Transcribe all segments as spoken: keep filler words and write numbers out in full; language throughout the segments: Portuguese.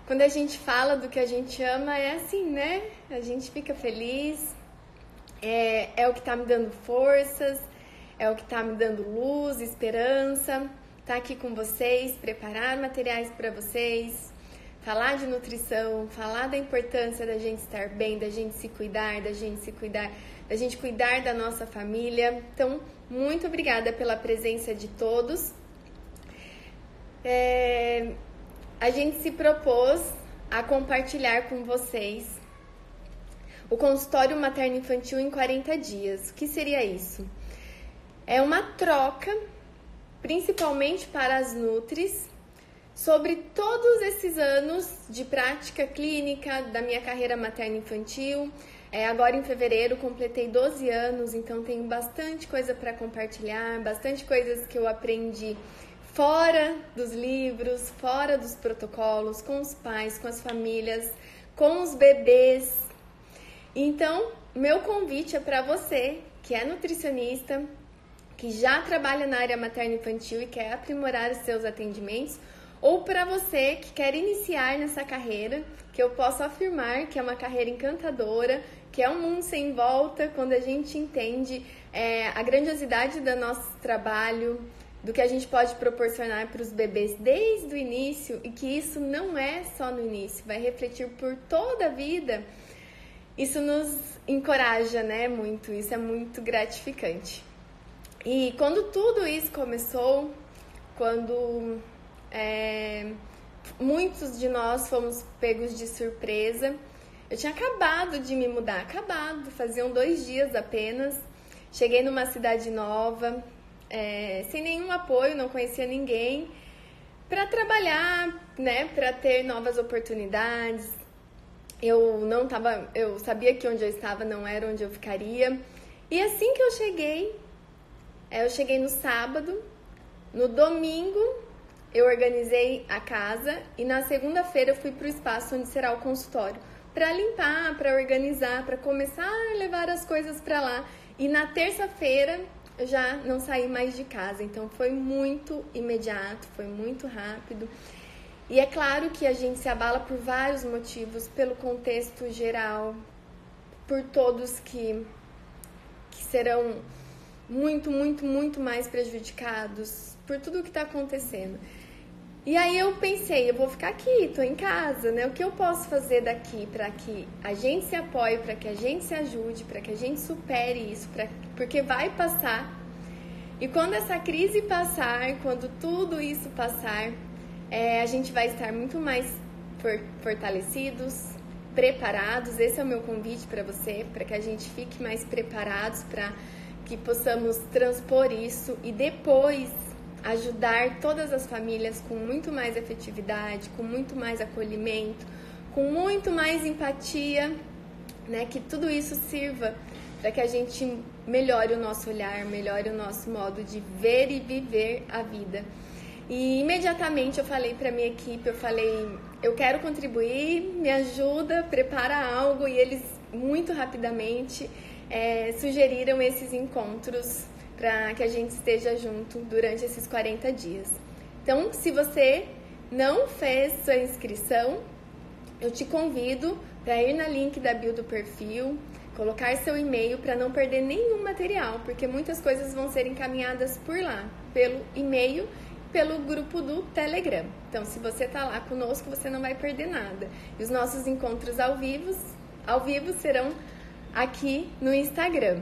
Quando a gente fala do que a gente ama, é assim, né? A gente fica feliz, é, é o que tá me dando forças, é o que tá me dando luz, esperança, tá aqui com vocês, preparar materiais para vocês, falar de nutrição, falar da importância da gente estar bem, da gente se cuidar, da gente se cuidar, da gente cuidar da nossa família. Então, muito obrigada pela presença de todos. É, a gente se propôs a compartilhar com vocês o consultório materno-infantil em quarenta dias. O que seria isso? É uma troca, principalmente para as nutris, sobre todos esses anos de prática clínica da minha carreira materno-infantil. É, agora em fevereiro completei doze anos, então tenho bastante coisa para compartilhar, bastante coisas que eu aprendi fora dos livros, fora dos protocolos, com os pais, com as famílias, com os bebês. Então, meu convite é para você que é nutricionista, que já trabalha na área materno-infantil e quer aprimorar os seus atendimentos, ou para você que quer iniciar nessa carreira, que eu posso afirmar que é uma carreira encantadora, que é um mundo sem volta quando a gente entende é, a grandiosidade do nosso trabalho, do que a gente pode proporcionar para os bebês desde o início, e que isso não é só no início, vai refletir por toda a vida. Isso nos encoraja, né, muito, isso é muito gratificante. E quando tudo isso começou, quando é, muitos de nós fomos pegos de surpresa, eu tinha acabado de me mudar, acabado, faziam dois dias apenas, cheguei numa cidade nova, É, sem nenhum apoio, não conhecia ninguém, para trabalhar, né, para ter novas oportunidades. Eu não tava, eu sabia que onde eu estava não era onde eu ficaria. E assim que eu cheguei, é, eu cheguei no sábado, no domingo eu organizei a casa e na segunda-feira eu fui para o espaço onde será o consultório, para limpar, para organizar, para começar a levar as coisas para lá. E na terça-feira eu já não saí mais de casa, então foi muito imediato, foi muito rápido. E é claro que a gente se abala por vários motivos, pelo contexto geral, por todos que, que serão muito, muito, muito mais prejudicados por tudo o que está acontecendo. E aí eu pensei, eu vou ficar aqui, tô em casa, né? O que eu posso fazer daqui para que a gente se apoie, para que a gente se ajude, para que a gente supere isso, pra, porque vai passar. E quando essa crise passar, quando tudo isso passar, é, a gente vai estar muito mais for, fortalecidos, preparados. Esse é o meu convite para você, para que a gente fique mais preparados, para que possamos transpor isso e depois ajudar todas as famílias com muito mais efetividade, com muito mais acolhimento, com muito mais empatia, né? Que tudo isso sirva para que a gente melhore o nosso olhar, melhore o nosso modo de ver e viver a vida. E imediatamente eu falei para minha equipe, eu falei, eu quero contribuir, me ajuda, prepara algo, e eles muito rapidamente é, sugeriram esses encontros para que a gente esteja junto durante esses quarenta dias. Então, se você não fez sua inscrição, eu te convido para ir na link da bio do perfil, colocar seu e-mail para não perder nenhum material, porque muitas coisas vão ser encaminhadas por lá, pelo e-mail, pelo grupo do Telegram. Então, se você está lá conosco, você não vai perder nada. E os nossos encontros ao vivo, ao vivo serão aqui no Instagram.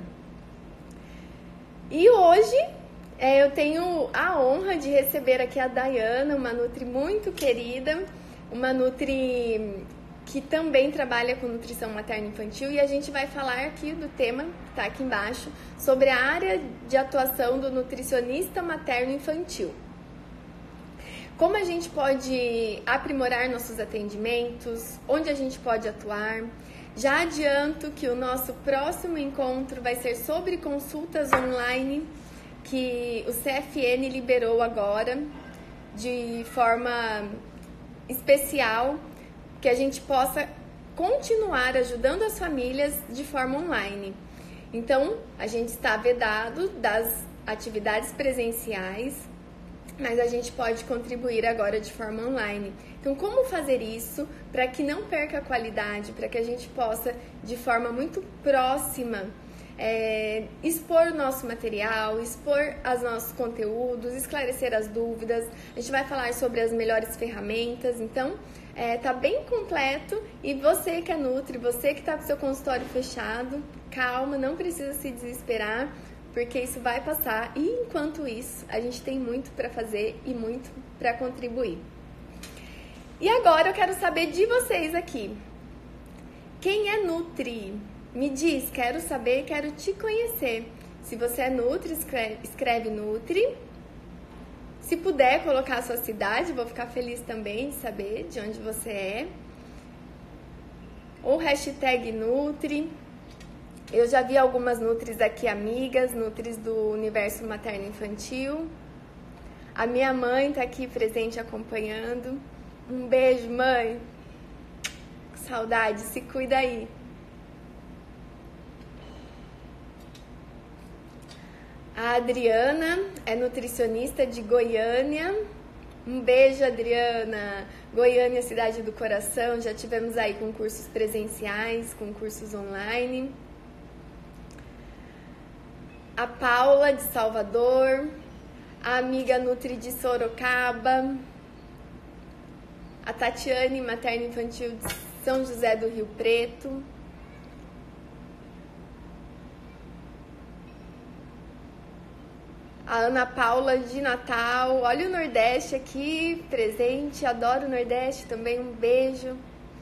E hoje é, eu tenho a honra de receber aqui a Dayana, uma nutri muito querida, uma nutri que também trabalha com nutrição materno-infantil, e a gente vai falar aqui do tema, que está aqui embaixo, sobre a área de atuação do nutricionista materno-infantil. Como a gente pode aprimorar nossos atendimentos, onde a gente pode atuar. Já adianto que o nosso próximo encontro vai ser sobre consultas online, que o C F N liberou agora, de forma especial, que a gente possa continuar ajudando as famílias de forma online. Então, a gente está vedado das atividades presenciais, mas a gente pode contribuir agora de forma online. Então, como fazer isso para que não perca a qualidade, para que a gente possa, de forma muito próxima, é, expor o nosso material, expor os nossos conteúdos, esclarecer as dúvidas. A gente vai falar sobre as melhores ferramentas, então é, tá bem completo. E você que é Nutri, você que está com seu consultório fechado, calma, não precisa se desesperar, porque isso vai passar. E enquanto isso, a gente tem muito para fazer e muito para contribuir. E agora eu quero saber de vocês aqui. Quem é Nutri? Me diz, quero saber, quero te conhecer. Se você é Nutri, escreve, escreve Nutri. Se puder colocar a sua cidade, vou ficar feliz também de saber de onde você é. Ou hashtag Nutri. Eu já vi algumas Nutris aqui, amigas, Nutris do Universo Materno Infantil. A minha mãe tá aqui presente acompanhando. Um beijo, mãe. Saudade, se cuida aí. A Adriana é nutricionista de Goiânia. Um beijo, Adriana. Goiânia, cidade do coração. Já tivemos aí com cursos presenciais, com cursos online. A Paula de Salvador. A amiga Nutri de Sorocaba. A Tatiane, materno infantil de São José do Rio Preto. A Ana Paula de Natal. Olha o Nordeste aqui presente. Adoro o Nordeste também. Um beijo.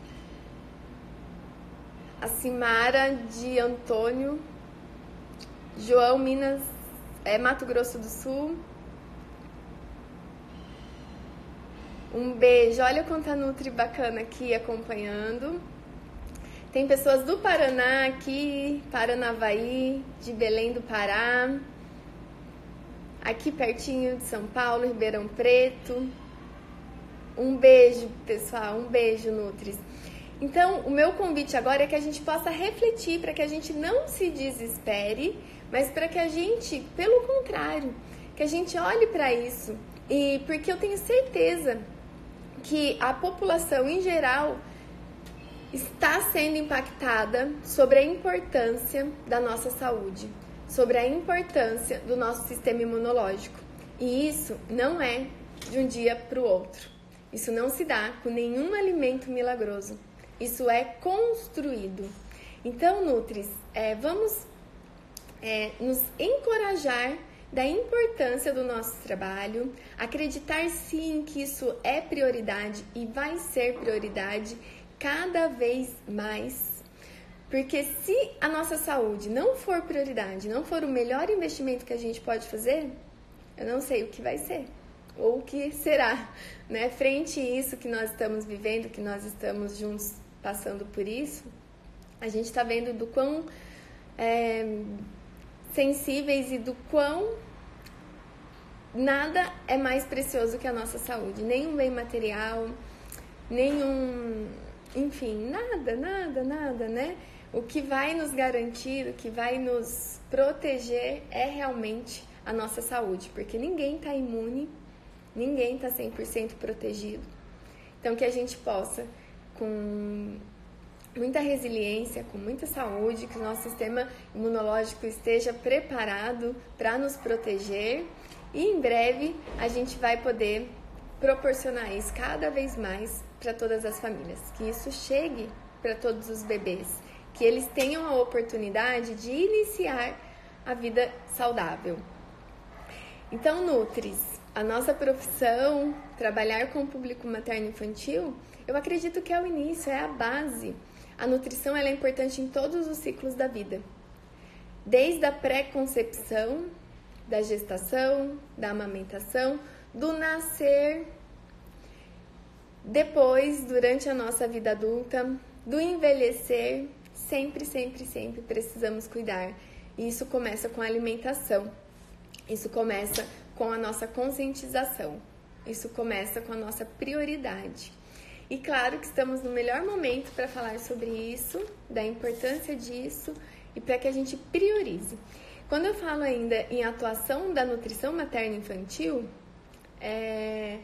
A Simara de Antônio. João, Minas, é, Mato Grosso do Sul. Um beijo. Olha quanta Nutri bacana aqui acompanhando. Tem pessoas do Paraná aqui, Paranavaí, de Belém do Pará. Aqui pertinho de São Paulo, Ribeirão Preto. Um beijo, pessoal. Um beijo, Nutris. Então, o meu convite agora é que a gente possa refletir, para que a gente não se desespere, mas para que a gente, pelo contrário, que a gente olhe para isso. E porque eu tenho certeza que a população em geral está sendo impactada sobre a importância da nossa saúde, sobre a importância do nosso sistema imunológico. E isso não é de um dia para o outro. Isso não se dá com nenhum alimento milagroso. Isso é construído. Então, Nutris, é, vamos é, nos encorajar da importância do nosso trabalho, acreditar sim que isso é prioridade e vai ser prioridade cada vez mais. Porque se a nossa saúde não for prioridade, não for o melhor investimento que a gente pode fazer, eu não sei o que vai ser, ou o que será, né? Frente a isso que nós estamos vivendo, que nós estamos juntos passando por isso, a gente está vendo do quão é, sensíveis e do quão nada é mais precioso que a nossa saúde. Nenhum bem material, nenhum... Enfim, nada, nada, nada, né? O que vai nos garantir, o que vai nos proteger é realmente a nossa saúde, porque ninguém está imune, ninguém está cem por cento protegido. Então, que a gente possa, com muita resiliência, com muita saúde, que o nosso sistema imunológico esteja preparado para nos proteger e em breve a gente vai poder proporcionar isso cada vez mais para todas as famílias, que isso chegue para todos os bebês, que eles tenham a oportunidade de iniciar a vida saudável. Então, Nutris, a nossa profissão, trabalhar com o público materno-infantil, eu acredito que é o início, é a base. A nutrição ela é importante em todos os ciclos da vida, desde a pré-concepção, da gestação, da amamentação, do nascer, depois, durante a nossa vida adulta, do envelhecer, sempre, sempre, sempre precisamos cuidar. E isso começa com a alimentação, isso começa com a nossa conscientização, isso começa com a nossa prioridade. E claro que estamos no melhor momento para falar sobre isso, da importância disso e para que a gente priorize. Quando eu falo ainda em atuação da nutrição materno-infantil, É...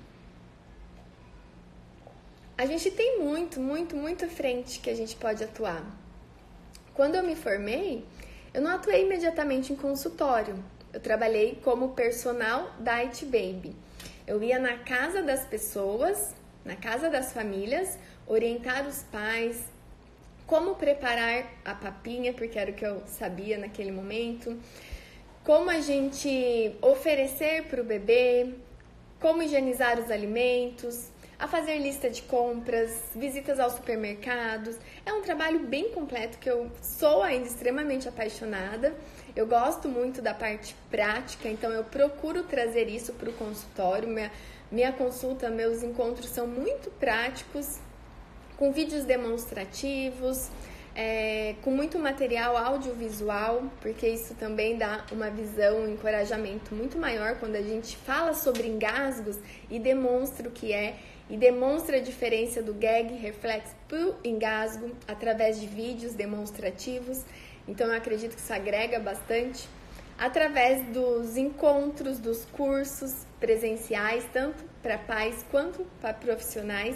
A gente tem muito, muito, muito frente que a gente pode atuar. Quando eu me formei, eu não atuei imediatamente em consultório. Eu trabalhei como personal Diet Baby. Eu ia na casa das pessoas, na casa das famílias, orientar os pais, como preparar a papinha, porque era o que eu sabia naquele momento, como a gente oferecer para o bebê, como higienizar os alimentos, a fazer lista de compras, visitas aos supermercados. É um trabalho bem completo que eu sou ainda extremamente apaixonada. Eu gosto muito da parte prática, então eu procuro trazer isso para o consultório. Minha, minha consulta, meus encontros são muito práticos, com vídeos demonstrativos, é, com muito material audiovisual, porque isso também dá uma visão, um encorajamento muito maior quando a gente fala sobre engasgos e demonstra o que é, e demonstra a diferença do gag reflex para o engasgo através de vídeos demonstrativos. Então eu acredito que isso agrega bastante. Através dos encontros, dos cursos presenciais, tanto para pais quanto para profissionais.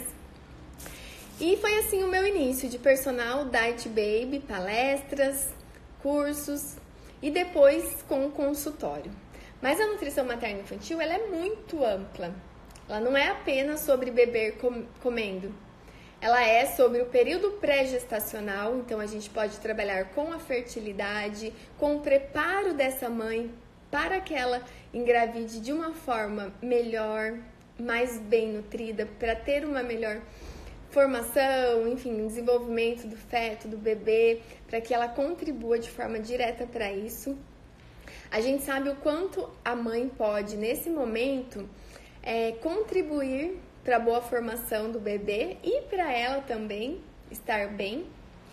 E foi assim o meu início de personal Diet Baby, palestras, cursos e depois com o consultório. Mas a nutrição materno-infantil ela é muito ampla. Ela não é apenas sobre beber comendo. Ela é sobre o período pré-gestacional, então a gente pode trabalhar com a fertilidade, com o preparo dessa mãe para que ela engravide de uma forma melhor, mais bem nutrida, para ter uma melhor formação, enfim, desenvolvimento do feto, do bebê, para que ela contribua de forma direta para isso. A gente sabe o quanto a mãe pode, nesse momento, é, contribuir para a boa formação do bebê e para ela também estar bem.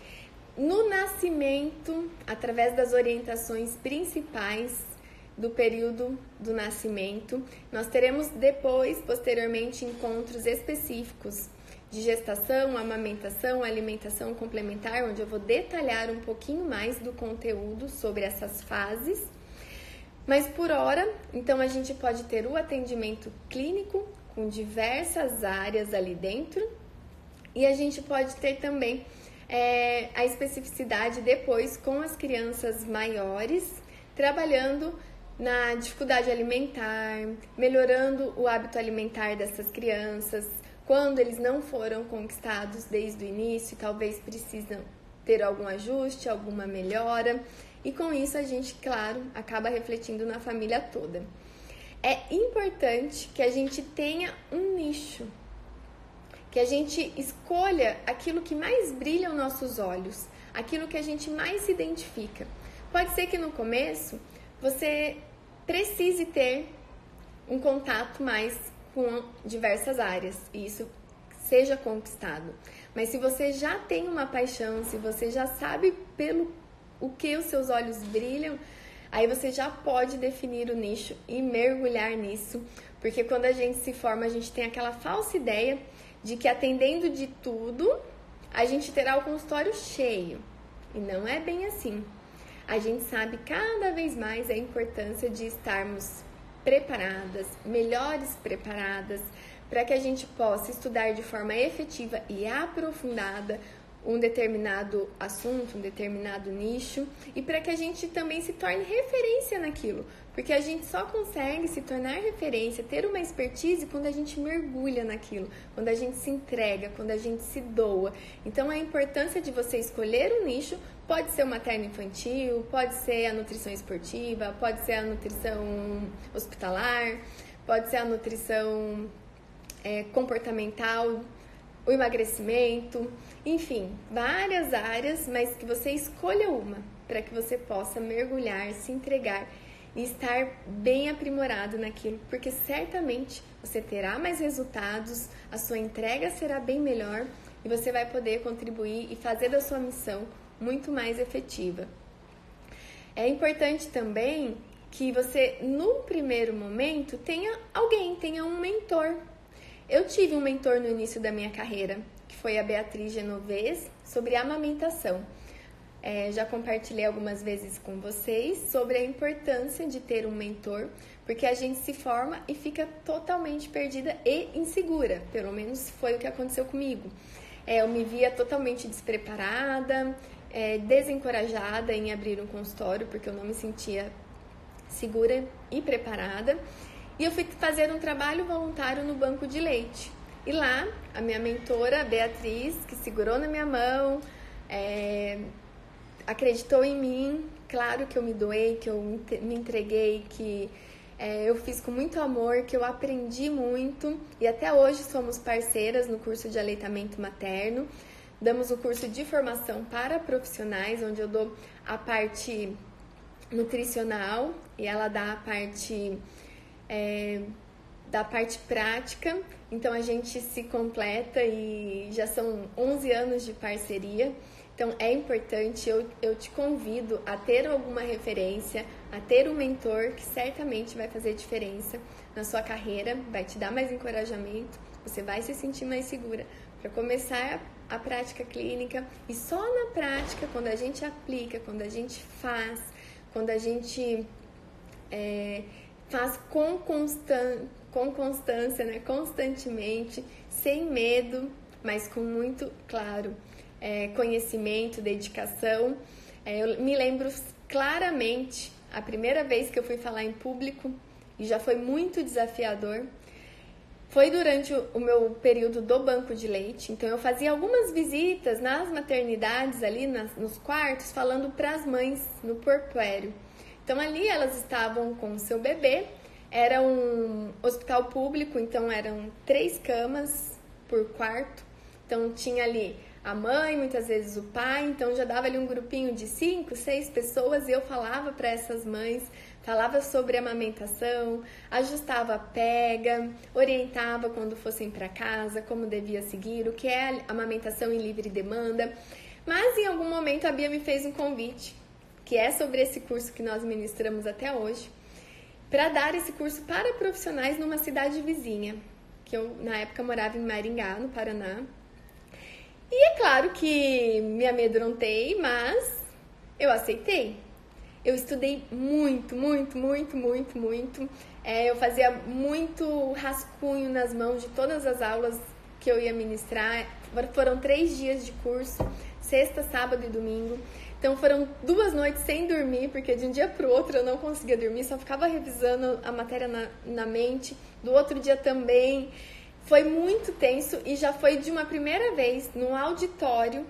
No nascimento, através das orientações principais do período do nascimento, nós teremos depois, posteriormente, encontros específicos de gestação, amamentação, alimentação complementar, onde eu vou detalhar um pouquinho mais do conteúdo sobre essas fases. Mas por hora, então a gente pode ter o atendimento clínico com diversas áreas ali dentro e a gente pode ter também é, a especificidade depois com as crianças maiores, trabalhando na dificuldade alimentar, melhorando o hábito alimentar dessas crianças, quando eles não foram conquistados desde o início, talvez precisam ter algum ajuste, alguma melhora. E com isso a gente, claro, acaba refletindo na família toda. É importante que a gente tenha um nicho, que a gente escolha aquilo que mais brilha aos nossos olhos, aquilo que a gente mais se identifica. Pode ser que no começo você precise ter um contato mais com diversas áreas e isso seja conquistado. Mas se você já tem uma paixão, se você já sabe pelo o que os seus olhos brilham, aí você já pode definir o nicho e mergulhar nisso, porque quando a gente se forma, a gente tem aquela falsa ideia de que atendendo de tudo, a gente terá o consultório cheio. E não é bem assim. A gente sabe cada vez mais a importância de estarmos preparadas, melhores preparadas, para que a gente possa estudar de forma efetiva e aprofundada um determinado assunto, um determinado nicho, e para que a gente também se torne referência naquilo, porque a gente só consegue se tornar referência, ter uma expertise quando a gente mergulha naquilo, quando a gente se entrega, quando a gente se doa. Então a importância de você escolher um nicho pode ser o materno-infantil, pode ser a nutrição esportiva, pode ser a nutrição hospitalar, pode ser a nutrição é, comportamental, o emagrecimento, enfim, várias áreas, mas que você escolha uma para que você possa mergulhar, se entregar e estar bem aprimorado naquilo, porque certamente você terá mais resultados, a sua entrega será bem melhor e você vai poder contribuir e fazer da sua missão muito mais efetiva. É importante também que você, no primeiro momento, tenha alguém, tenha um mentor. Eu tive um mentor no início da minha carreira, que foi a Beatriz Genovez, sobre amamentação. É, já compartilhei algumas vezes com vocês sobre a importância de ter um mentor, porque a gente se forma e fica totalmente perdida e insegura, pelo menos foi o que aconteceu comigo. É, eu me via totalmente despreparada, é, desencorajada em abrir um consultório, porque eu não me sentia segura e preparada. E eu fui fazer um trabalho voluntário no banco de leite. E lá, a minha mentora, Beatriz, que segurou na minha mão, é, acreditou em mim. Claro que eu me doei, que eu me entreguei, que é, eu fiz com muito amor, que eu aprendi muito. E até hoje somos parceiras no curso de aleitamento materno. Damos o curso de formação para profissionais, onde eu dou a parte nutricional e ela dá a parte... É, da parte prática, então a gente se completa e já são onze anos de parceria, então é importante, eu, eu te convido a ter alguma referência, a ter um mentor que certamente vai fazer diferença na sua carreira, vai te dar mais encorajamento, você vai se sentir mais segura para começar a, a prática clínica. E só na prática, quando a gente aplica, quando a gente faz, quando a gente é, faz com constância, com constância, né? Constantemente, sem medo, mas com muito, claro, é, conhecimento, dedicação. É, eu me lembro claramente a primeira vez que eu fui falar em público, e já foi muito desafiador, foi durante o meu período do banco de leite. Então eu fazia algumas visitas nas maternidades ali, nas, nos quartos, falando para as mães no portuário. Então ali elas estavam com o seu bebê. Era um hospital público, então eram três camas por quarto. Então tinha ali a mãe, muitas vezes o pai, então já dava ali um grupinho de cinco, seis pessoas e eu falava para essas mães, falava sobre amamentação, ajustava a pega, orientava quando fossem para casa, como devia seguir, o que é amamentação em livre demanda. Mas em algum momento a Bia me fez um convite, que é sobre esse curso que nós ministramos até hoje, para dar esse curso para profissionais numa cidade vizinha, que eu na época morava em Maringá, no Paraná. E é claro que me amedrontei, mas eu aceitei. Eu estudei muito, muito, muito, muito, muito. É, eu fazia muito rascunho nas mãos de todas as aulas que eu ia ministrar. Foram três dias de curso, sexta, sábado e domingo. Então foram duas noites sem dormir, porque de um dia para o outro eu não conseguia dormir, só ficava revisando a matéria na, na mente. Do outro dia também. Foi muito tenso e já foi de uma primeira vez no auditório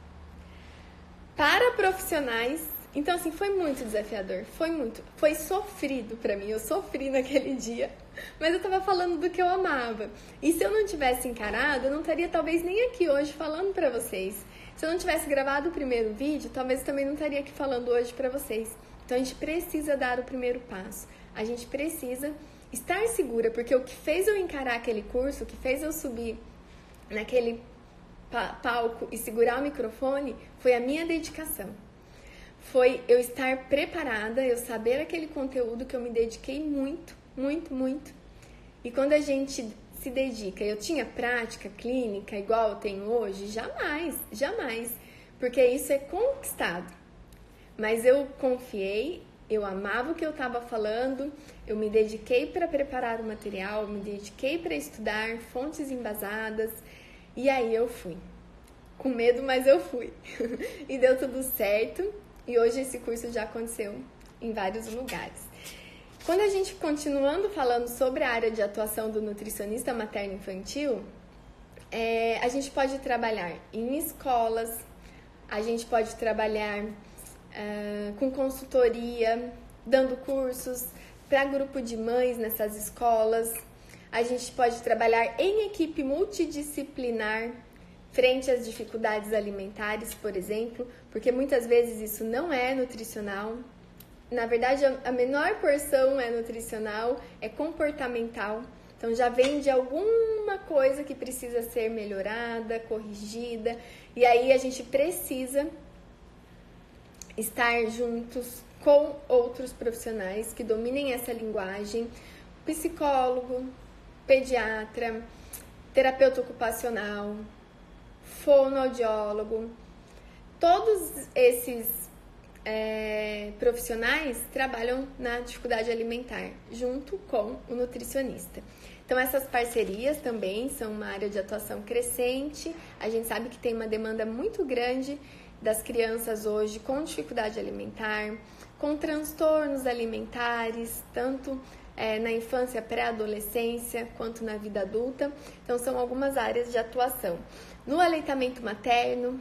para profissionais. Então, assim, foi muito desafiador, foi muito, foi sofrido pra mim, eu sofri naquele dia, mas eu tava falando do que eu amava. E se eu não tivesse encarado, eu não estaria talvez nem aqui hoje falando pra vocês. Se eu não tivesse gravado o primeiro vídeo, talvez eu também não estaria aqui falando hoje pra vocês. Então, a gente precisa dar o primeiro passo, a gente precisa estar segura, porque o que fez eu encarar aquele curso, o que fez eu subir naquele palco e segurar o microfone, foi a minha dedicação. Foi eu estar preparada, eu saber aquele conteúdo que eu me dediquei muito, muito, muito. E quando a gente se dedica, eu tinha prática clínica igual eu tenho hoje? Jamais, jamais. Porque isso é conquistado. Mas eu confiei, eu amava o que eu estava falando, eu me dediquei para preparar o material, eu me dediquei para estudar fontes embasadas. E aí eu fui. Com medo, mas eu fui. E deu tudo certo. E hoje esse curso já aconteceu em vários lugares. Quando a gente, continuando falando sobre a área de atuação do nutricionista materno-infantil, é, a gente pode trabalhar em escolas, a gente pode trabalhar uh, com consultoria, dando cursos para grupo de mães nessas escolas, a gente pode trabalhar em equipe multidisciplinar, frente às dificuldades alimentares, por exemplo, porque muitas vezes isso não é nutricional. Na verdade, a menor porção é nutricional, é comportamental. Então, já vem de alguma coisa que precisa ser melhorada, corrigida. E aí, a gente precisa estar juntos com outros profissionais que dominem essa linguagem. Psicólogo, pediatra, terapeuta ocupacional, fonoaudiólogo, todos esses é, profissionais trabalham na dificuldade alimentar, junto com o nutricionista. Então, essas parcerias também são uma área de atuação crescente. A gente sabe que tem uma demanda muito grande das crianças hoje com dificuldade alimentar, com transtornos alimentares, tanto é, na infância, pré-adolescência, quanto na vida adulta. Então, são algumas áreas de atuação. No aleitamento materno,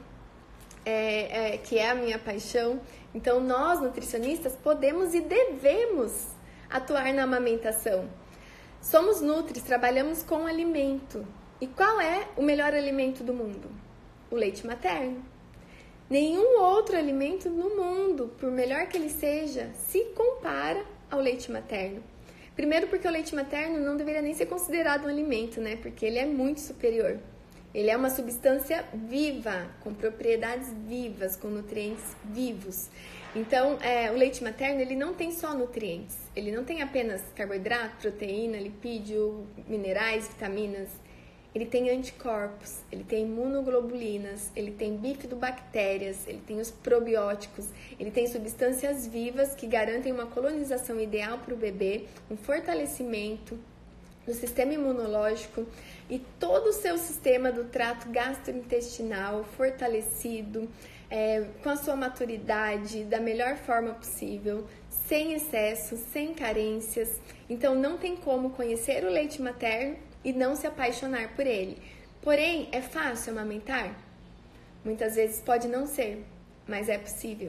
é, é, que é a minha paixão, então nós, nutricionistas, podemos e devemos atuar na amamentação. Somos nutris, trabalhamos com alimento. E qual é o melhor alimento do mundo? O leite materno. Nenhum outro alimento no mundo, por melhor que ele seja, se compara ao leite materno. Primeiro porque o leite materno não deveria nem ser considerado um alimento, né? Porque ele é muito superior. Ele é uma substância viva, com propriedades vivas, com nutrientes vivos. Então, é, o leite materno, ele não tem só nutrientes. Ele não tem apenas carboidrato, proteína, lipídio, minerais, vitaminas. Ele tem anticorpos, ele tem imunoglobulinas, ele tem bifidobactérias, ele tem os probióticos, ele tem substâncias vivas que garantem uma colonização ideal para o bebê, um fortalecimento do sistema imunológico e todo o seu sistema do trato gastrointestinal fortalecido, é, com a sua maturidade da melhor forma possível, sem excessos, sem carências. Então não tem como conhecer o leite materno e não se apaixonar por ele. Porém, é fácil amamentar? Muitas vezes pode não ser, mas é possível.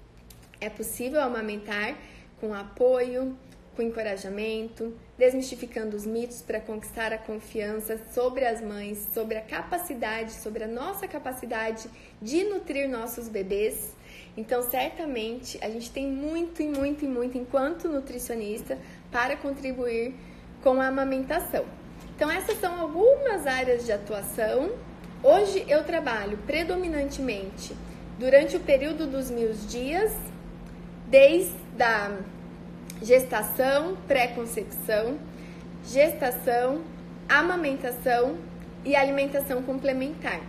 É possível amamentar com apoio, com encorajamento, desmistificando os mitos para conquistar a confiança sobre as mães, sobre a capacidade, sobre a nossa capacidade de nutrir nossos bebês. Então, certamente, a gente tem muito e muito e muito, enquanto nutricionista, para contribuir com a amamentação. Então, essas são algumas áreas de atuação. Hoje eu trabalho predominantemente durante o período dos meus dias, desde a gestação, pré-concepção, gestação, amamentação e alimentação complementar.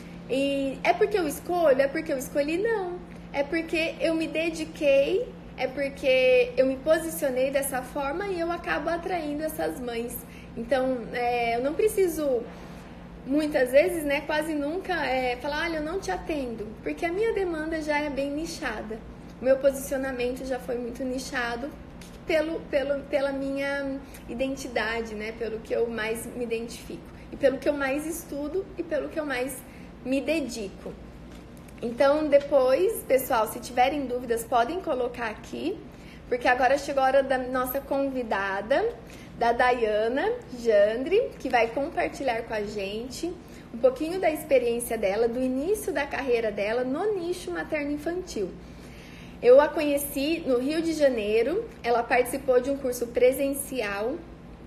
E é porque eu escolho? É porque eu escolhi? Não. É porque eu me dediquei, é porque eu me posicionei dessa forma e eu acabo atraindo essas mães. Então, é, eu não preciso, muitas vezes, né, quase nunca, é, falar, olha, eu não te atendo, porque a minha demanda já é bem nichada. O meu posicionamento já foi muito nichado pelo, pelo, pela minha identidade, né, pelo que eu mais me identifico, e pelo que eu mais estudo e pelo que eu mais me dedico. Então, depois, pessoal, se tiverem dúvidas, podem colocar aqui, porque agora chegou a hora da nossa convidada, da Daiana Jandre, que vai compartilhar com a gente um pouquinho da experiência dela, do início da carreira dela no nicho materno-infantil. Eu a conheci no Rio de Janeiro, ela participou de um curso presencial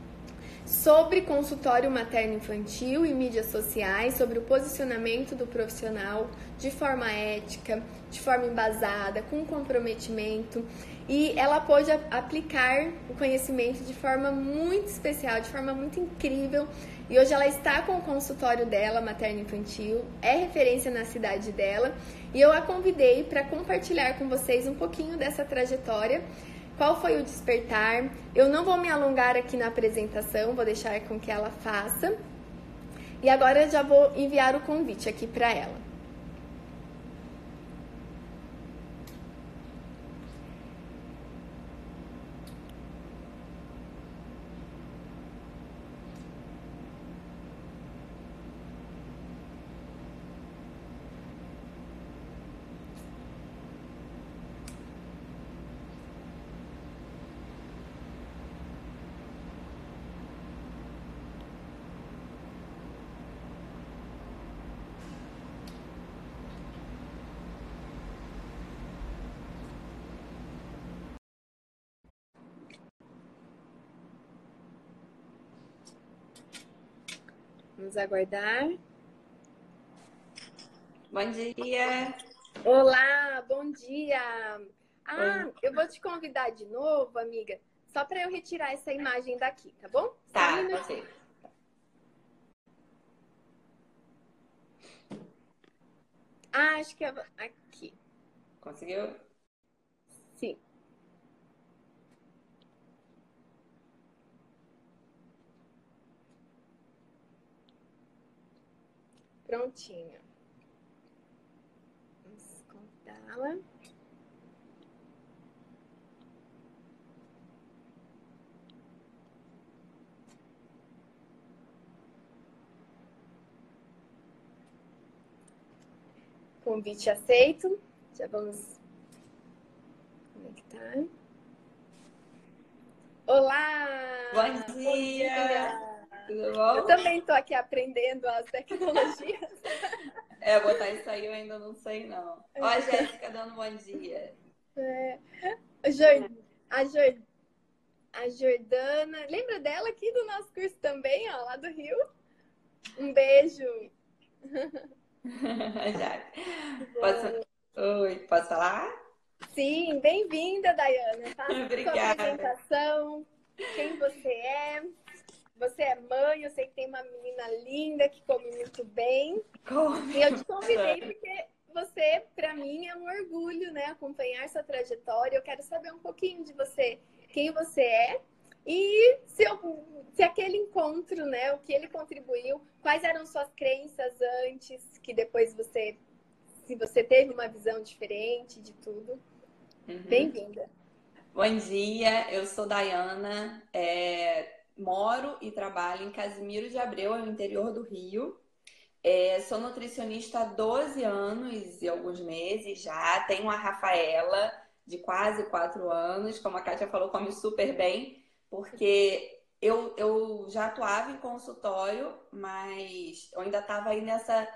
sobre consultório materno-infantil e mídias sociais, sobre o posicionamento do profissional de forma ética, de forma embasada, com comprometimento. E ela pôde aplicar o conhecimento de forma muito especial, de forma muito incrível. E hoje ela está com o consultório dela, materno-infantil, é referência na cidade dela. E eu a convidei para compartilhar com vocês um pouquinho dessa trajetória. Qual foi o despertar? Eu não vou me alongar aqui na apresentação, vou deixar com que ela faça. E agora eu já vou enviar o convite aqui para ela. Vamos aguardar. Bom dia! Olá, bom dia! Ah, Oi. Eu vou te convidar de novo, amiga, só para eu retirar essa imagem daqui, tá bom? Tá, um ok. Ah, acho que é aqui. Conseguiu? Sim. Prontinho. Vamos convidá-la. Convite aceito. Já vamos conectar. Olá! Bom dia! Bom dia! Tudo bom? Eu também estou aqui aprendendo as tecnologias. É, botar isso aí eu ainda não sei, não. Ó, a Jéssica dando bom dia. É. A, Jor... a, Jor... a Jordana, lembra dela aqui do nosso curso também, ó, lá do Rio? Um beijo! Já. Posso... Oi, posso falar? Sim, bem-vinda, Daiana. Faça sua Obrigada. apresentação, quem você é. Você é mãe, eu sei que tem uma menina linda que come muito bem. Como? E eu te convidei porque você, para mim, é um orgulho, né? Acompanhar sua trajetória. Eu quero saber um pouquinho de você, quem você é e se, eu, se aquele encontro, né? O que ele contribuiu, quais eram suas crenças antes, que depois você, se você teve uma visão diferente de tudo. Uhum. Bem-vinda. Bom dia, eu sou Daiana, é, moro e trabalho em Casimiro de Abreu, no interior do Rio. É, sou nutricionista há doze anos e alguns meses já. Tenho uma Rafaela de quase quatro anos, como a Kátia falou, come super bem, porque eu, eu já atuava em consultório, mas eu ainda estava aí nessa.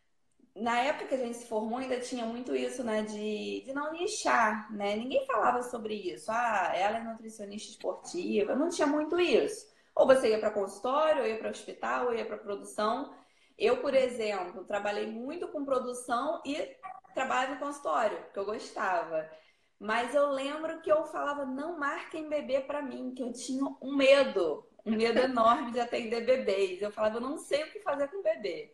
Na época que a gente se formou, ainda tinha muito isso, né, de, de não nichar, né? Ninguém falava sobre isso. Ah, ela é nutricionista esportiva, não tinha muito isso. Ou você ia para consultório, ou ia para hospital, ou ia para produção. Eu, por exemplo, trabalhei muito com produção e trabalhava em consultório, porque eu gostava. Mas eu lembro que eu falava, não marquem bebê para mim, que eu tinha um medo, um medo enorme de atender bebês. Eu falava, eu não sei o que fazer com bebê.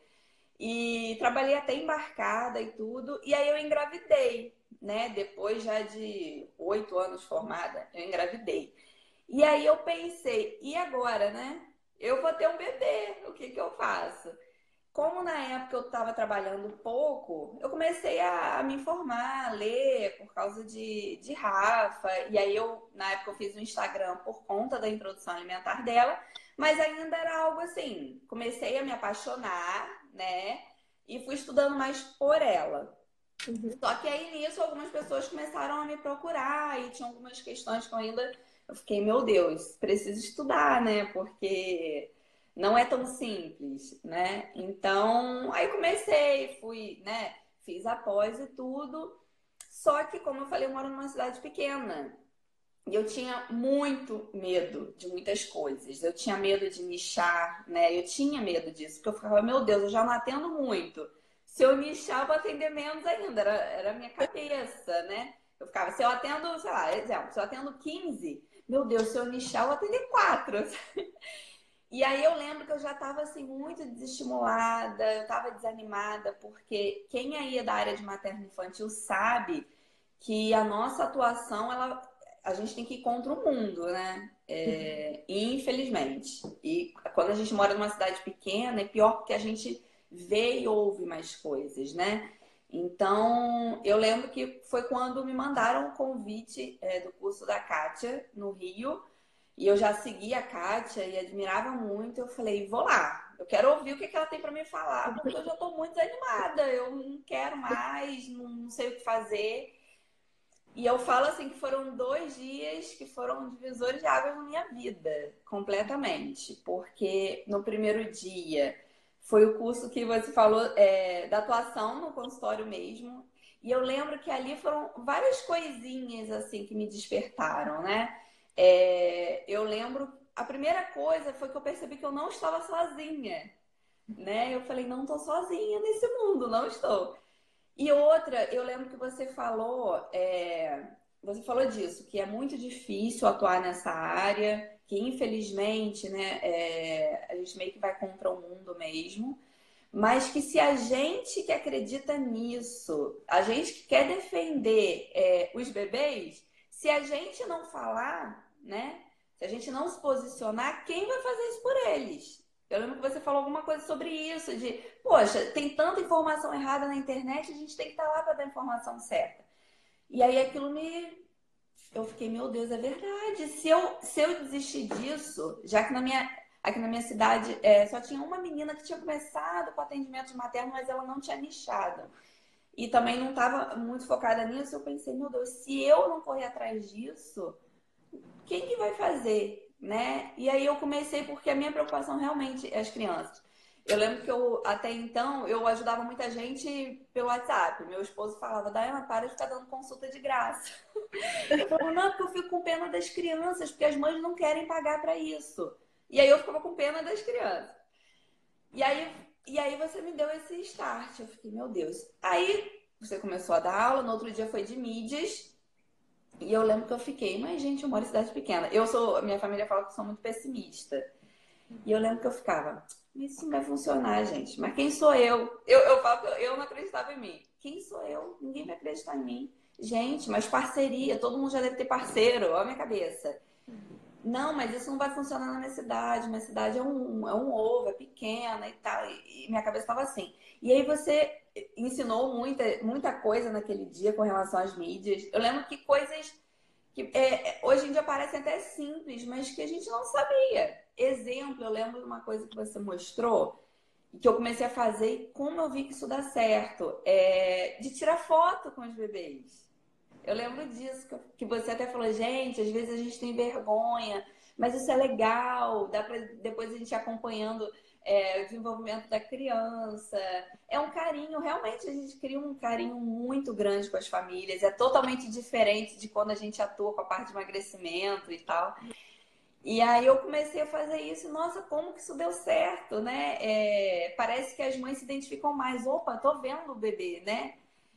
E trabalhei até embarcada e tudo. E aí eu engravidei, né? Depois já de oito anos formada, eu engravidei. E aí eu pensei, e agora, né? Eu vou ter um bebê, o que que eu faço? Como na época eu estava trabalhando pouco, eu comecei a, a me informar, a ler por causa de, de Rafa. E aí eu, na época, eu fiz o Instagram por conta da introdução alimentar dela, mas ainda era algo assim, comecei a me apaixonar, né? E fui estudando mais por ela. Uhum. Só que aí nisso algumas pessoas começaram a me procurar e tinha algumas questões que eu ainda eu fiquei, meu Deus, preciso estudar, né? Porque não é tão simples, né? Então, aí comecei, fui, né? Fiz a pós e tudo. Só que, como eu falei, eu moro numa cidade pequena. E eu tinha muito medo de muitas coisas. Eu tinha medo de nichar, né? Eu tinha medo disso, porque eu ficava, meu Deus, eu já não atendo muito. Se eu nichar, eu vou atender menos ainda. Era, era a minha cabeça, né? Eu ficava, se eu atendo, sei lá, exemplo, se eu atendo quinze, meu Deus, se eu nichar, eu vou atender quatro. E aí eu lembro que eu já estava assim muito desestimulada, eu estava desanimada, porque quem aí é da área de materno infantil sabe que a nossa atuação, ela, a gente tem que ir contra o mundo, né? É, infelizmente. E quando a gente mora numa cidade pequena, é pior porque a gente vê e ouve mais coisas, né? Então, eu lembro que foi quando me mandaram o convite, é, do curso da Kátia, no Rio, e eu já seguia a Kátia e admirava muito. Eu falei, vou lá, eu quero ouvir o que ela tem para me falar, porque eu já estou muito desanimada, eu não quero mais, não sei o que fazer. E eu falo assim que foram dois dias que foram divisores de águas na minha vida, completamente. Porque no primeiro dia foi o curso que você falou, é, da atuação no consultório mesmo. E eu lembro que ali foram várias coisinhas assim que me despertaram, né? É, eu lembro, a primeira coisa foi que eu percebi que eu não estava sozinha, né? Eu falei, não estou sozinha nesse mundo, não estou. E outra, eu lembro que você falou, é, você falou disso, que é muito difícil atuar nessa área, que infelizmente, né, é, a gente meio que vai contra o mundo mesmo, mas que se a gente que acredita nisso, a gente que quer defender, é, os bebês, se a gente não falar, né? Se a gente não se posicionar, quem vai fazer isso por eles? Eu lembro que você falou alguma coisa sobre isso, de, poxa, tem tanta informação errada na internet, a gente tem que estar lá para dar a informação certa. E aí aquilo me... Eu fiquei, meu Deus, é verdade. Se eu, se eu desistir disso, já que na minha, aqui na minha cidade é, só tinha uma menina que tinha começado com atendimento materno, mas ela não tinha nichado. E também não estava muito focada nisso, eu pensei, meu Deus, se eu não correr atrás disso, quem que vai fazer, né? E aí eu comecei porque a minha preocupação realmente é as crianças. Eu lembro que eu, até então, eu ajudava muita gente pelo WhatsApp. Meu esposo falava, Daiana, para de ficar dando consulta de graça. Eu falava, não, porque eu fico com pena das crianças, porque as mães não querem pagar para isso. E aí eu ficava com pena das crianças. E aí, e aí você me deu esse start. Eu fiquei, meu Deus. Aí você começou a dar aula, no outro dia foi de mídias. E eu lembro que eu fiquei, mas gente, eu moro em cidade pequena. Eu sou, minha família fala que eu sou muito pessimista. E eu lembro que eu ficava, isso não vai funcionar, gente. Mas quem sou eu? Eu, eu falo que eu não acreditava em mim. Quem sou eu? Ninguém vai acreditar em mim. Gente, mas parceria, todo mundo já deve ter parceiro, olha a minha cabeça. Não, mas isso não vai funcionar na minha cidade. Minha cidade é um, é um ovo, é pequena e tal. E, e minha cabeça estava assim. E aí você ensinou muita, muita coisa naquele dia com relação às mídias. Eu lembro que coisas que é, hoje em dia parecem até simples, mas que a gente não sabia. Exemplo, eu lembro de uma coisa que você mostrou, que eu comecei a fazer e como eu vi que isso dá certo, é de tirar foto com os bebês. Eu lembro disso, que você até falou, gente, às vezes a gente tem vergonha, mas isso é legal, dá para depois a gente ir acompanhando é, o desenvolvimento da criança. É um carinho, realmente a gente cria um carinho muito grande com as famílias, é totalmente diferente de quando a gente atua com a parte de emagrecimento e tal. E aí eu comecei a fazer isso, nossa, como que isso deu certo, né? É, parece que as mães se identificam mais, opa, tô vendo o bebê, né?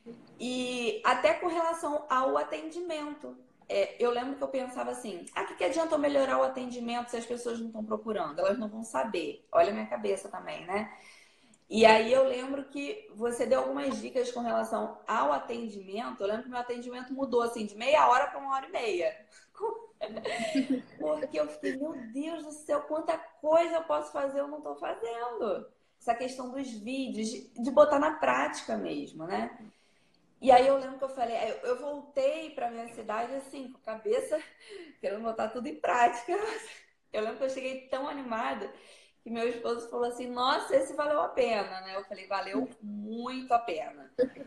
E até com relação ao atendimento. É, eu lembro que eu pensava assim, ah, que, que adianta eu melhorar o atendimento se as pessoas não estão procurando? Elas não vão saber. Olha a minha cabeça também, né? E aí eu lembro que você deu algumas dicas com relação ao atendimento. Eu lembro que meu atendimento mudou assim de meia hora para uma hora e meia. Porque eu fiquei, meu Deus do céu, quanta coisa eu posso fazer, eu não estou fazendo. Essa questão dos vídeos, de, de botar na prática mesmo, né? E aí eu lembro que eu falei, eu, eu voltei para minha cidade assim, com a cabeça querendo botar tudo em prática. Eu lembro que eu cheguei tão animada que meu esposo falou assim, nossa, esse valeu a pena, né? Eu falei, valeu muito a pena.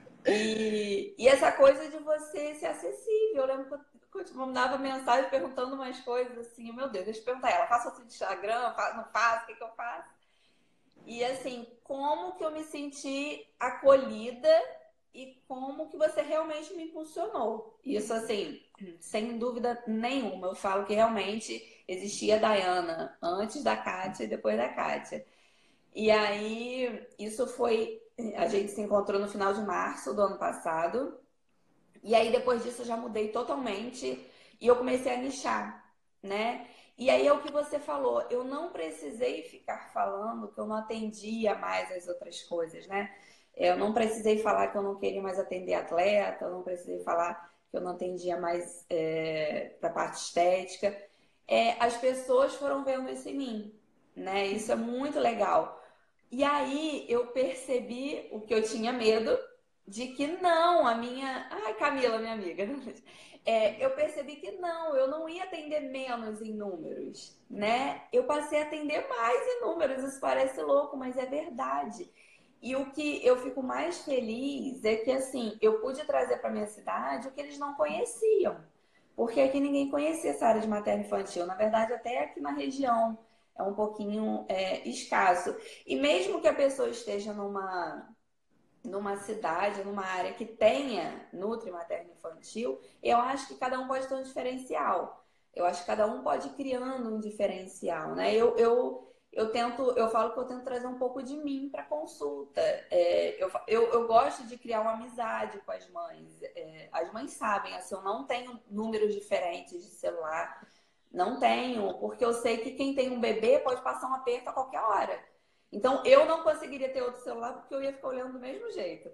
E, e essa coisa de você ser acessível, eu lembro que eu, eu mandava mensagem perguntando umas coisas assim, meu Deus, deixa eu perguntar a ela, faço outro Instagram, faço, não faço, o que, que eu faço? E assim, como que eu me senti acolhida e como que você realmente me impulsionou. Isso, assim, sem dúvida nenhuma. Eu falo que realmente existia a Daiana antes da Kátia e depois da Kátia. E aí, isso foi... A gente se encontrou no final de março do ano passado. E aí, depois disso, eu já mudei totalmente e eu comecei a nichar, né? E aí é o que você falou, eu não precisei ficar falando que eu não atendia mais as outras coisas, né? Eu não precisei falar que eu não queria mais atender atleta, eu não precisei falar que eu não atendia mais é, para a parte estética. É, as pessoas foram vendo isso em mim, né? Isso é muito legal. E aí eu percebi o que eu tinha medo de que não, a minha... Ai, Camila, minha amiga. É, eu percebi que não, eu não ia atender menos em números, né? Eu passei a atender mais em números. Isso parece louco, mas é verdade. E o que eu fico mais feliz é que, assim, eu pude trazer para minha cidade o que eles não conheciam. Porque aqui ninguém conhecia essa área de materno-infantil. Na verdade, até aqui na região é um pouquinho é, escasso. E mesmo que a pessoa esteja numa, numa cidade, numa área que tenha nutri materno-infantil, eu acho que cada um pode ter um diferencial. Eu acho que cada um pode ir criando um diferencial, né? Eu, eu, eu tento, eu falo que eu tento trazer um pouco de mim para consulta. É, eu, eu, eu gosto de criar uma amizade com as mães. É, as mães sabem, assim, eu não tenho números diferentes de celular. Não tenho, porque eu sei que quem tem um bebê pode passar um aperto a qualquer hora. Então, eu não conseguiria ter outro celular porque eu ia ficar olhando do mesmo jeito.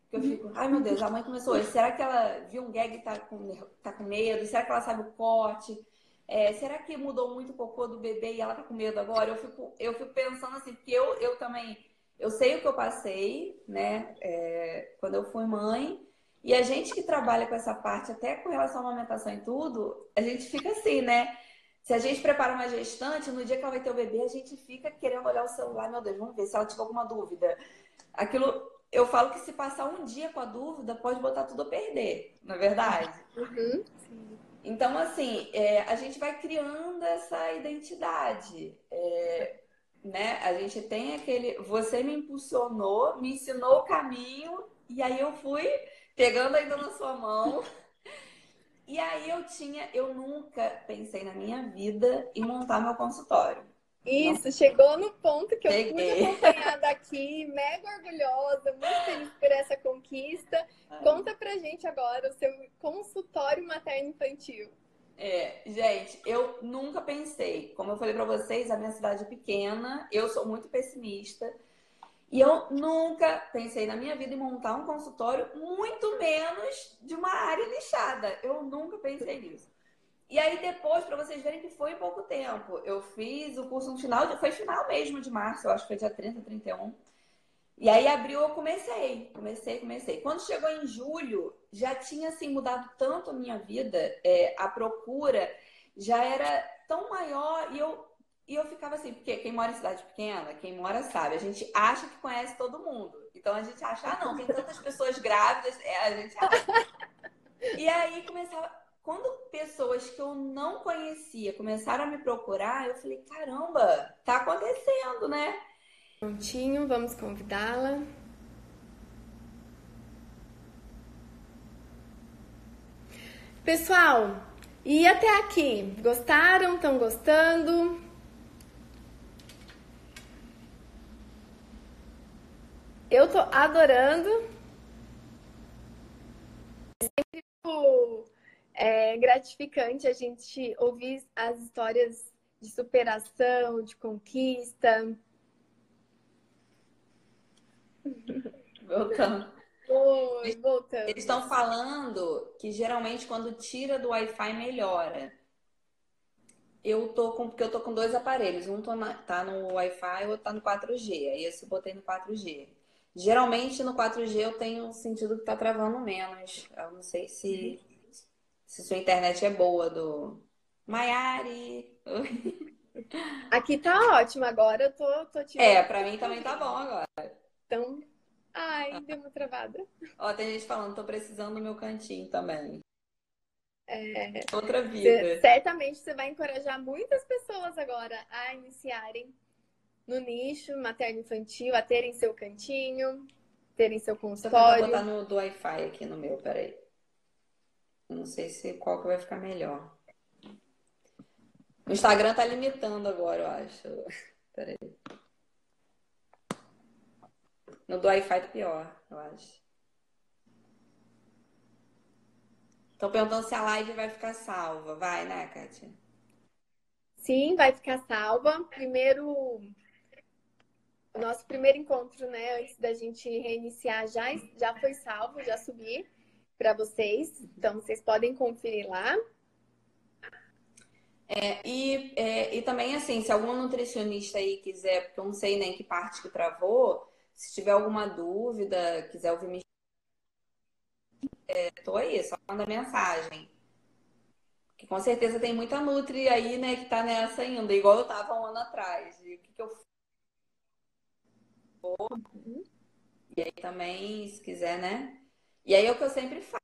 Porque eu fico, ai meu Deus, a mãe começou hoje. Será que ela viu um gag e tá com, tá com medo? Será que ela sabe o corte? É, será que mudou muito o cocô do bebê e ela tá com medo agora? Eu fico, eu fico pensando assim, porque eu, eu também, eu sei o que eu passei, né? É, quando eu fui mãe. E a gente que trabalha com essa parte, até com relação à amamentação e tudo, a gente fica assim, né? Se a gente prepara uma gestante, no dia que ela vai ter o bebê, a gente fica querendo olhar o celular, meu Deus, vamos ver se ela tiver alguma dúvida. Aquilo, eu falo que se passar um dia com a dúvida, pode botar tudo a perder, não é verdade? Uhum. Então, assim, é, a gente vai criando essa identidade. É, né? A gente tem aquele. Você me impulsionou, me ensinou o caminho, e aí eu fui pegando ainda na sua mão. E aí eu tinha. Eu nunca pensei na minha vida em montar meu consultório. Não Isso, chegou no ponto que eu pude peguei. acompanhar daqui, mega orgulhosa, muito feliz por essa conquista. Conta pra gente agora o seu consultório materno-infantil. É, gente, eu nunca pensei. Como eu falei pra vocês, a minha cidade é pequena, eu sou muito pessimista. E eu nunca pensei na minha vida em montar um consultório, muito menos de uma área nichada. Eu nunca pensei nisso. E aí depois, para vocês verem que foi em pouco tempo, eu fiz o curso no final, foi final mesmo de março, eu acho que foi dia trinta, trinta e um. E aí abril eu comecei, comecei, comecei. Quando chegou em julho, já tinha assim mudado tanto a minha vida, é, a procura já era tão maior e eu, e eu ficava assim, porque quem mora em cidade pequena, quem mora sabe, a gente acha que conhece todo mundo. Então a gente acha, ah não, tem tantas pessoas grávidas, é, a gente acha. E aí começava, quando pessoas que eu não conhecia começaram a me procurar, eu falei, caramba, tá acontecendo, né? Prontinho, vamos convidá-la. Pessoal, e até aqui? Gostaram? Estão gostando? Eu tô adorando. É sempre é, gratificante a gente ouvir as histórias de superação, de conquista. Voltando. Oi, voltando. Eles estão falando que geralmente quando tira do Wi-Fi melhora. Eu tô com, porque eu tô com dois aparelhos. Um tô na- tá no Wi-Fi, o outro tá no quatro G. Aí esse eu botei no quatro G. Geralmente no quatro G eu tenho sentido que tá travando menos. Eu não sei se, se sua internet é boa do Maiari. Aqui tá ótimo, agora eu tô, tô te É, vendo. pra mim também tá bom agora. Então, ai, deu uma travada. Ó, tem gente falando, tô precisando do meu cantinho também. É, Outra cê- vida. certamente você vai encorajar muitas pessoas agora a iniciarem no nicho materno-infantil, a terem seu cantinho, terem seu Deixa eu tentar botar consultório. no do Wi-Fi aqui no meu, peraí. Não sei se qual que vai ficar melhor. O Instagram tá limitando agora, eu acho. Peraí. No do Wi-Fi tá pior, eu acho. Tô perguntando se a live vai ficar salva. Vai, né, Kátia? Sim, vai ficar salva. Primeiro, o nosso primeiro encontro, né, antes da gente reiniciar, já, já foi salvo, já subi para vocês. Então, vocês podem conferir lá. É, e, é, e também, assim, se algum nutricionista aí quiser, porque eu não sei nem que parte que travou, se tiver alguma dúvida, quiser ouvir me tô aí, só manda mensagem. Que com certeza tem muita Nutri aí, né, que tá nessa ainda, igual eu tava um ano atrás. E o que, que eu E aí também, se quiser, né? E aí é o que eu sempre faço.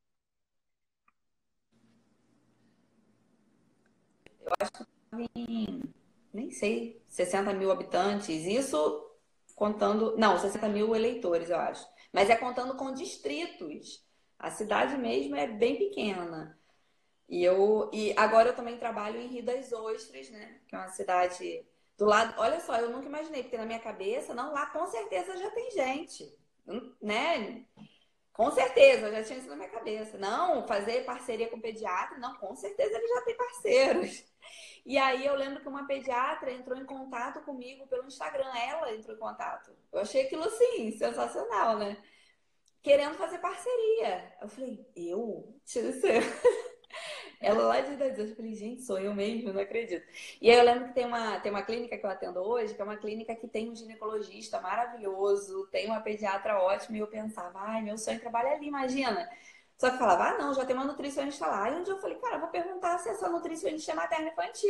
Nem sei, sessenta mil habitantes. Isso contando. Não, sessenta mil eleitores, eu acho. Mas é contando com distritos. A cidade mesmo é bem pequena. E eu e agora eu também trabalho em Rio das Ostras, né? Que é uma cidade do lado. Olha só, eu nunca imaginei, porque na minha cabeça, não, lá com certeza já tem gente, né? Com certeza, eu já tinha isso na minha cabeça. Não, fazer parceria com pediatra, não, com certeza ele já tem parceiros. E aí eu lembro que uma pediatra entrou em contato comigo pelo Instagram, ela entrou em contato. Eu achei aquilo assim, sensacional, né? querendo fazer parceria. Eu falei, eu? Tira isso. Ela lá de dez anos, eu falei, gente, sou eu mesmo, não acredito. E aí eu lembro que tem uma, tem uma clínica que eu atendo hoje, que é uma clínica que tem um ginecologista maravilhoso, tem uma pediatra ótima, e eu pensava, ai, meu sonho é trabalhar ali, imagina. Só que eu falava, ah, não, já tem uma nutricionista lá. E um dia eu falei, cara, eu vou perguntar se essa nutricionista é materna infantil.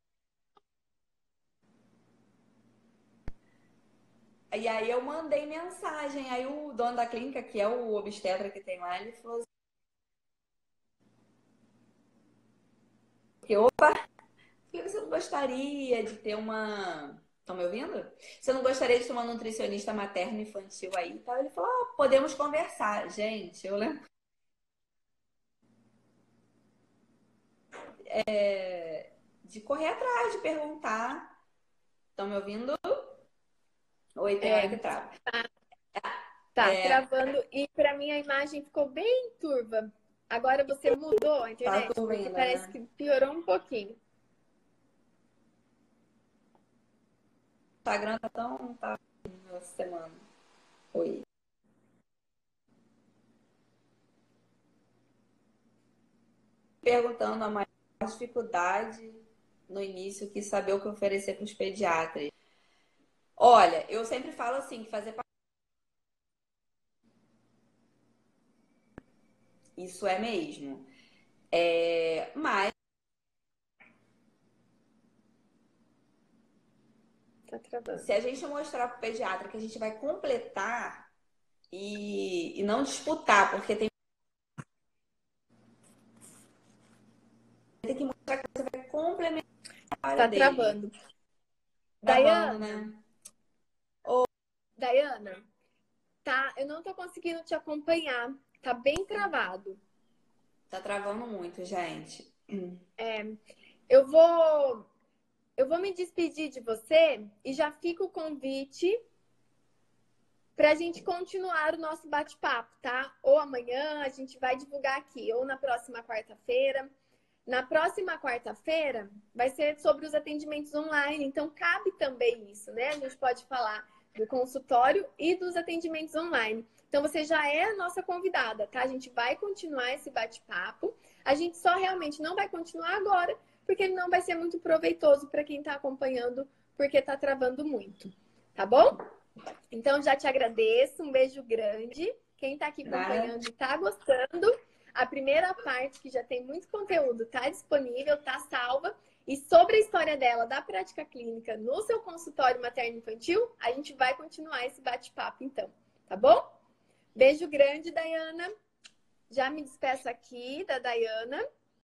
E aí eu mandei mensagem, aí o dono da clínica, que é o obstetra que tem lá, ele falou assim, opa, você não gostaria de ter uma... Estão me ouvindo? Você não gostaria de ter uma nutricionista materno infantil aí e tal? Ele falou, ah, podemos conversar. Gente, eu lembro é, de correr atrás, de perguntar. Estão me ouvindo? Oi, tem hora que É, trava. tá É, travando e para mim a imagem ficou bem turva. Agora você mudou a tá internet tudo porque ainda, parece né? que piorou um pouquinho. O Instagram tá tão... tá essa semana. Oi. Perguntando a maior dificuldade no início que saber o que oferecer para os pediatras. Olha, eu sempre falo assim, que fazer isso é mesmo. É, mas Tá travando. se a gente mostrar para o pediatra que a gente vai completar e, e não disputar, porque tem, tem que mostrar que você vai complementar o Tá trabalho dele. travando. Travando, Dayana, né? Dayana, tá, eu não tô conseguindo te acompanhar. Tá bem travado. Tá travando muito, gente. Eu vou eu vou me despedir de você e já fica o convite para a gente continuar o nosso bate-papo, tá? Ou amanhã a gente vai divulgar aqui, ou na próxima quarta-feira. Na próxima quarta-feira vai ser sobre os atendimentos online, então cabe também isso, né? A gente pode falar do consultório e dos atendimentos online. Então você já é a nossa convidada, tá? A gente vai continuar esse bate-papo. A gente só realmente não vai continuar agora, porque ele não vai ser muito proveitoso para quem está acompanhando, porque está travando muito, tá bom? Então já te agradeço, um beijo grande. Quem está aqui Nada. acompanhando e está gostando, a primeira parte, que já tem muito conteúdo, está disponível, está salva. E sobre a história dela, da prática clínica no seu consultório materno-infantil, a gente vai continuar esse bate-papo então, tá bom? Beijo grande, Dayana. Já me despeço aqui da Dayana.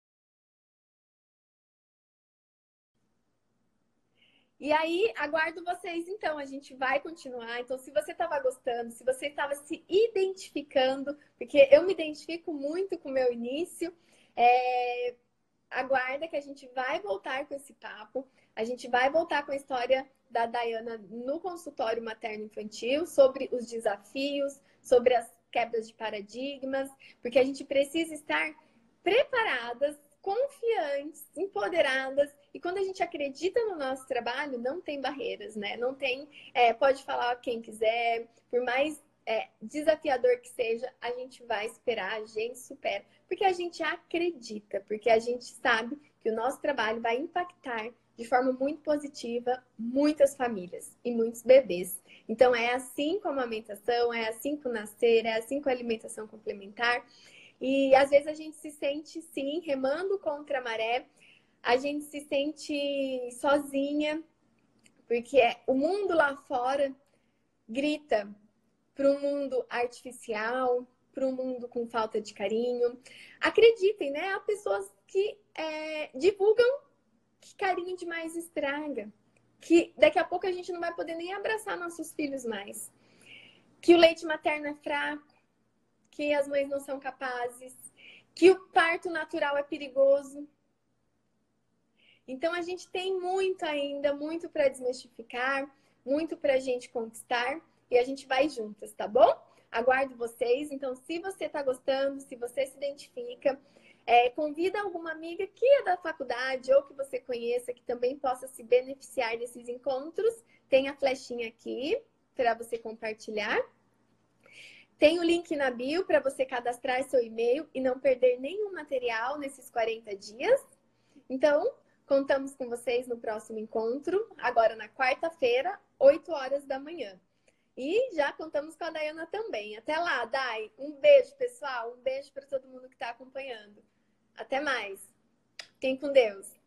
E aí, aguardo vocês então, a gente vai continuar. Então, se você estava gostando, se você estava se identificando, porque eu me identifico muito com o meu início, é... aguarda que a gente vai voltar com esse papo. A gente vai voltar com a história da Dayana no consultório materno-infantil, sobre os desafios, sobre as quebras de paradigmas, porque a gente precisa estar preparadas, confiantes, empoderadas. E quando a gente acredita no nosso trabalho, não tem barreiras, né? Não tem, é, pode falar quem quiser, por mais é, desafiador que seja, a gente vai esperar, a gente supera, porque a gente acredita, porque a gente sabe que o nosso trabalho vai impactar de forma muito positiva muitas famílias e muitos bebês. Então é assim com a amamentação, é assim com o nascer, é assim com a alimentação complementar. E às vezes a gente se sente, sim, remando contra a maré, a gente se sente sozinha, porque o mundo lá fora grita para um mundo artificial, para um mundo com falta de carinho. Acreditem, né? Há pessoas que é, divulgam que carinho demais estraga, que daqui a pouco a gente não vai poder nem abraçar nossos filhos mais, que o leite materno é fraco, que as mães não são capazes, que o parto natural é perigoso. Então a gente tem muito ainda, muito para desmistificar, muito para a gente conquistar e a gente vai juntas, tá bom? Aguardo vocês. Então, se você está gostando, se você se identifica, é, convida alguma amiga que é da faculdade ou que você conheça que também possa se beneficiar desses encontros. Tem a flechinha aqui para você compartilhar. Tem o link na bio para você cadastrar seu e-mail e não perder nenhum material nesses quarenta dias. Então, contamos com vocês no próximo encontro, agora na quarta-feira, oito horas da manhã. E já contamos com a Dayana também. Até lá, Day. Um beijo, pessoal. Um beijo para todo mundo que está acompanhando. Até mais. Fiquem com Deus.